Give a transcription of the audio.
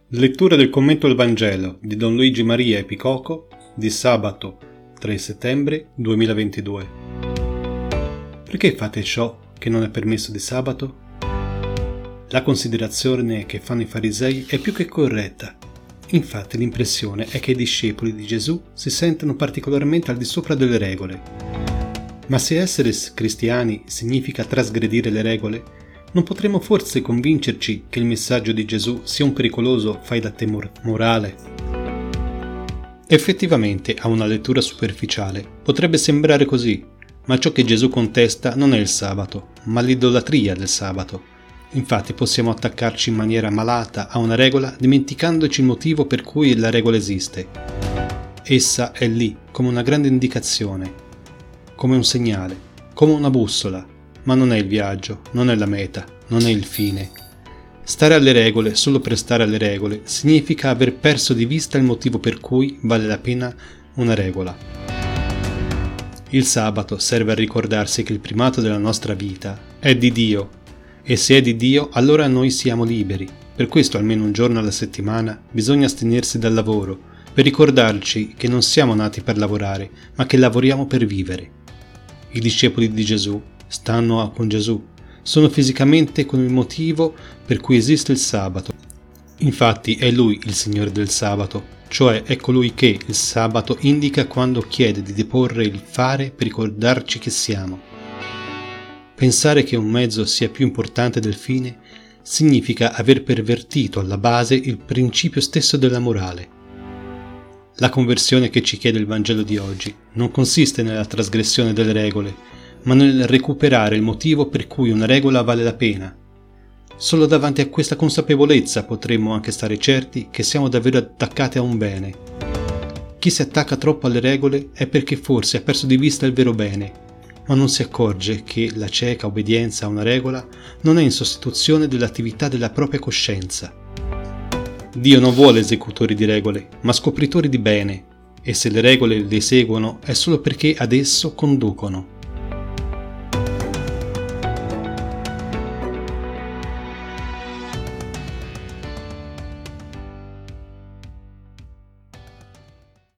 Lettura del commento al Vangelo di Don Luigi Maria Epicoco di sabato 3 settembre 2022. Perché fate ciò che non è permesso di sabato? La considerazione che fanno i farisei è più che corretta. Infatti l'impressione è che i discepoli di Gesù si sentano particolarmente al di sopra delle regole. Ma se essere cristiani significa trasgredire le regole, non potremmo forse convincerci che il messaggio di Gesù sia un pericoloso fai da te morale? Effettivamente, a una lettura superficiale, potrebbe sembrare così, ma ciò che Gesù contesta non è il sabato, ma l'idolatria del sabato. Infatti possiamo attaccarci in maniera malata a una regola dimenticandoci il motivo per cui la regola esiste. Essa è lì come una grande indicazione, come un segnale, come una bussola, ma non è il viaggio, non è la meta, non è il fine. Stare alle regole solo per stare alle regole significa aver perso di vista il motivo per cui vale la pena una regola. Il sabato serve a ricordarsi che il primato della nostra vita è di Dio, e se è di Dio allora noi siamo liberi. Per questo almeno un giorno alla settimana bisogna astenersi dal lavoro, per ricordarci che non siamo nati per lavorare, ma che lavoriamo per vivere. I discepoli di Gesù stanno con Gesù, sono fisicamente con il motivo per cui esiste il sabato. Infatti è Lui il Signore del sabato, cioè è colui che il sabato indica quando chiede di deporre il fare per ricordarci che siamo. Pensare che un mezzo sia più importante del fine significa aver pervertito alla base il principio stesso della morale. La conversione che ci chiede il Vangelo di oggi non consiste nella trasgressione delle regole, ma nel recuperare il motivo per cui una regola vale la pena. Solo davanti a questa consapevolezza potremmo anche stare certi che siamo davvero attaccati a un bene. Chi si attacca troppo alle regole è perché forse ha perso di vista il vero bene, ma non si accorge che la cieca obbedienza a una regola non è in sostituzione dell'attività della propria coscienza. Dio non vuole esecutori di regole, ma scopritori di bene, e se le regole le eseguono è solo perché ad esso conducono.